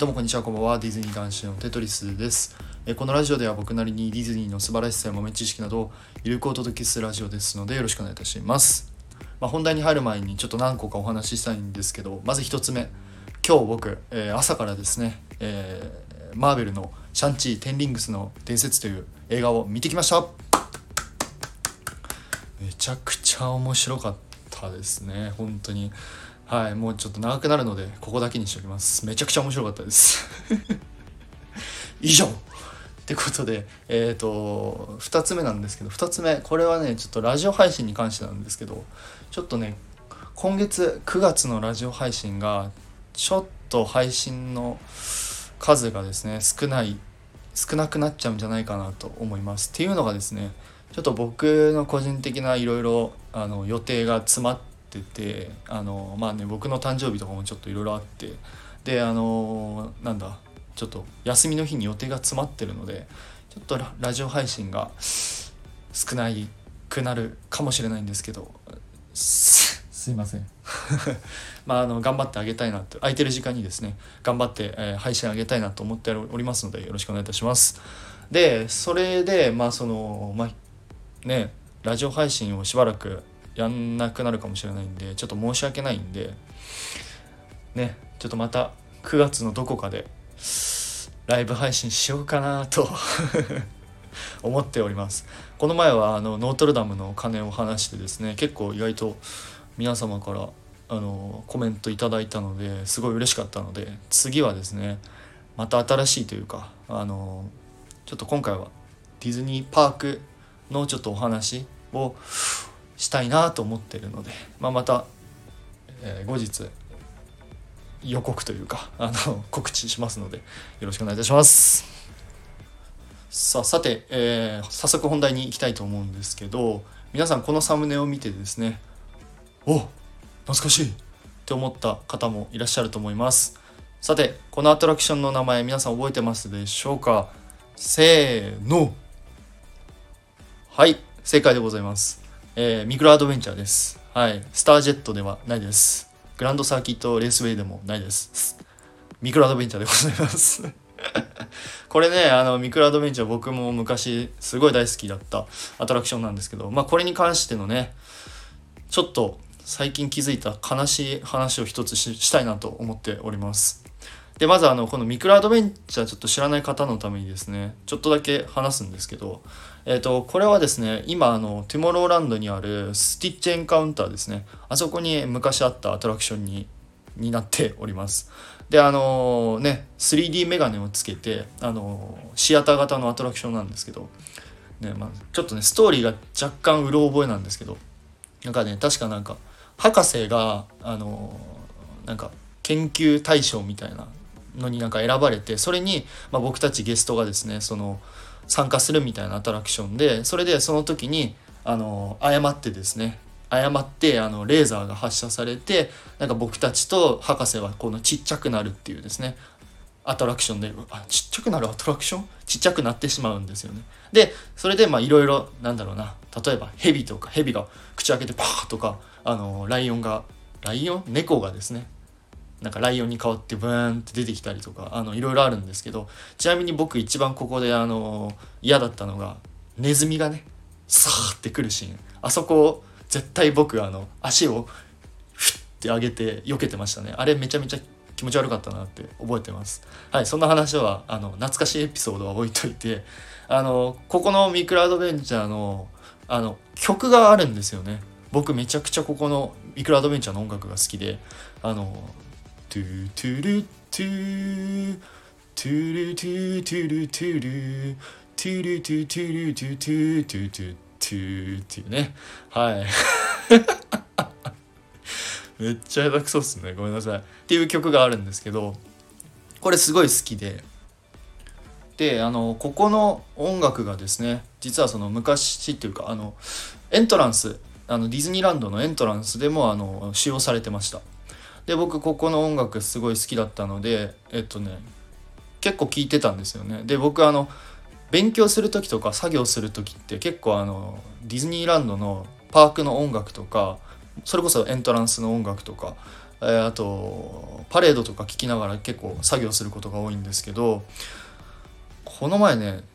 どうもこんにちは、こんばんは。ディズニー男子のテトリスです。このラジオでは僕なりにディズニーの素晴らしさや豆知識などをゆるくお届けするラジオですのでよろしくお願いいたします。本題に入る前にちょっと何個かお話ししたいんですけど、まず一つ目、今日僕、朝からですね、マーベルのシャンチー・テンリングスの伝説という映画を見てきました。めちゃくちゃ面白かったですね、本当に。はい、もうちょっと長くなるのでここだけにしておきます。めちゃくちゃ面白かったです以上ってことで、2つ目なんですけど、2つ目これはねちょっとラジオ配信に関してなんですけど、ちょっとね今月9月のラジオ配信がちょっと配信の数がですね少なくなっちゃうんじゃないかなと思います。っていうのがですね、ちょっと僕の個人的ないろいろ予定が詰まってて、僕の誕生日とかもちょっといろいろあって、でちょっと休みの日に予定が詰まってるので、ちょっとラジオ配信が少なくなるかもしれないんですけど、すいません頑張ってあげたいなと、空いてる時間にですね頑張って、配信あげたいなと思っておりますのでよろしくお願いいたします。でそれでラジオ配信をしばらくやんなくなるかもしれないんで、ちょっと申し訳ないんでね、ちょっとまた9月のどこかでライブ配信しようかなと思っております。この前はノートルダムの鐘を話してですね、結構意外と皆様からコメントいただいたのですごい嬉しかったので、次はですねまた新しいというかちょっと今回はディズニーパークのちょっとお話をしたいなと思っているので、また、後日予告というか告知しますのでよろしくお願いいたします。さて、早速本題に行きたいと思うんですけど、皆さんこのサムネを見てですね、お、懐かしいって思った方もいらっしゃると思います。さてこのアトラクションの名前皆さん覚えてますでしょうか？せーの、はい、正解でございます。ミクロアドベンチャーです。はい、スタージェットではないです。グランドサーキットレースウェイでもないです。ミクロアドベンチャーでございますこれねミクロアドベンチャー僕も昔すごい大好きだったアトラクションなんですけど、これに関してのねちょっと最近気づいた悲しい話を一つしたいなと思っております。でまずこのミクロアドベンチャーちょっと知らない方のためにですねちょっとだけ話すんですけど、これはですね今トゥモローランドにあるスティッチエンカウンターですね、あそこに昔あったアトラクションになっております。で3D メガネをつけてシアター型のアトラクションなんですけど、ちょっとねストーリーが若干うろ覚えなんですけど、確か博士が研究対象みたいなのに選ばれて、それに、僕たちゲストがですね参加するみたいなアトラクションで、それでその時に誤ってレーザーが発射されて僕たちと博士はこのちっちゃくなるっていうですねアトラクションで、ちっちゃくなるアトラクションちっちゃくなってしまうんですよね。でそれでいろいろ例えばヘビが口開けてパーとか猫がですねライオンに変わってブーンって出てきたりとかいろいろあるんですけど、ちなみに僕一番ここで嫌だったのがネズミがねサーってくるシーン、あそこを絶対僕足をフッて上げて避けてましたね。あれめちゃめちゃ気持ち悪かったなって覚えてます。はい、そんな話は懐かしいエピソードは置いといて、ここのミクロアドベンチャーの曲があるんですよね。僕めちゃくちゃここのミクロアドベンチャーの音楽が好きで、トゥトゥルトゥトゥルトゥトゥルトゥルトゥルトゥトゥルトゥトゥトゥトゥトゥっていうね、はいめっちゃ下手くそっすね、ごめんなさいっていう曲があるんですけど、これすごい好きでここの音楽がですね実はその昔っていうかエントランスディズニーランドのエントランスでも使用されてました。で僕ここの音楽すごい好きだったので結構聴いてたんですよね。で僕勉強する時とか作業する時って結構ディズニーランドのパークの音楽とかそれこそエントランスの音楽とか、あとパレードとか聴きながら結構作業することが多いんですけど、この前ね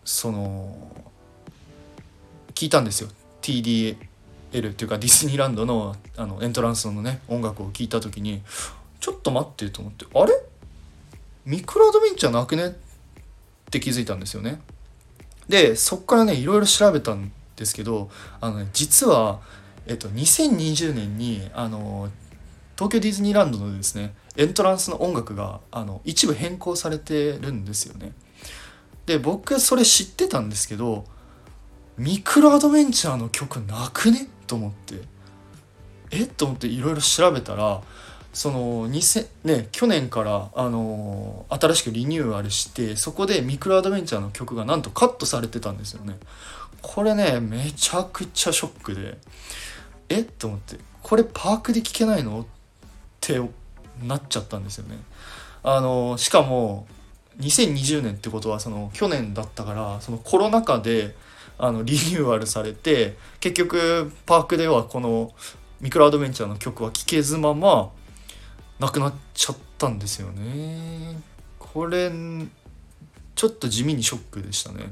聞いたんですよ。 TDL っていうかディズニーランドのエントランスのね音楽を聴いた時に、ちょっと待ってと思って、あれミクロアドベンチャーなくねって気づいたんですよね。でそっからねいろいろ調べたんですけど、実は、2020年に東京ディズニーランドのですねエントランスの音楽が一部変更されてるんですよね。で僕それ知ってたんですけど、ミクロアドベンチャーの曲なくねと思って、と思っていろいろ調べたら、その去年から、新しくリニューアルして、そこでミクロアドベンチャーの曲がなんとカットされてたんですよね。これねめちゃくちゃショックで、と思って、これパークで聴けないのってなっちゃったんですよね。しかも2020年ってことはその去年だったから、そのコロナ禍でリニューアルされて、結局パークではこのミクロアドベンチャーの曲は聴けずままなくなっちゃったんですよね。これちょっと地味にショックでしたね。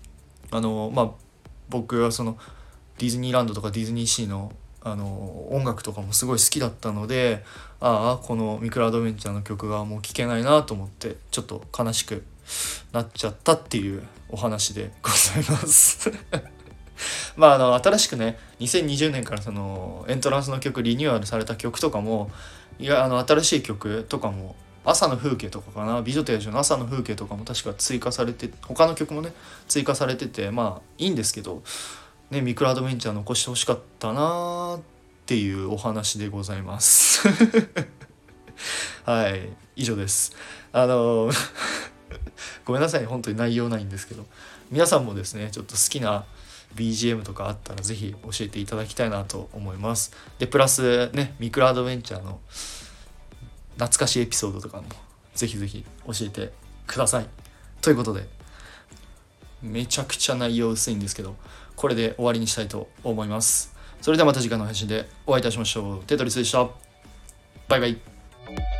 僕はそのディズニーランドとかディズニーシーの音楽とかもすごい好きだったので、このミクロアドベンチャーの曲がもう聴けないなと思ってちょっと悲しくなっちゃったっていうお話でございます新しくね2020年からそのエントランスの曲リニューアルされた曲とかも、新しい曲とかも、朝の風景とかかな、美女と野獣の朝の風景とかも確か追加されて、他の曲もね追加されてて、いいんですけどね、ミクロアドベンチャー残してほしかったなっていうお話でございますはい、以上です。ごめんなさい、本当に内容ないんですけど、皆さんもですねちょっと好きな BGM とかあったらぜひ教えていただきたいなと思います。でプラスねミクロアドベンチャーの懐かしいエピソードとかもぜひぜひ教えてください。ということで、めちゃくちゃ内容薄いんですけど、これで終わりにしたいと思います。それではまた次回の配信でお会いいたしましょう。テトリスでした。バイバイ。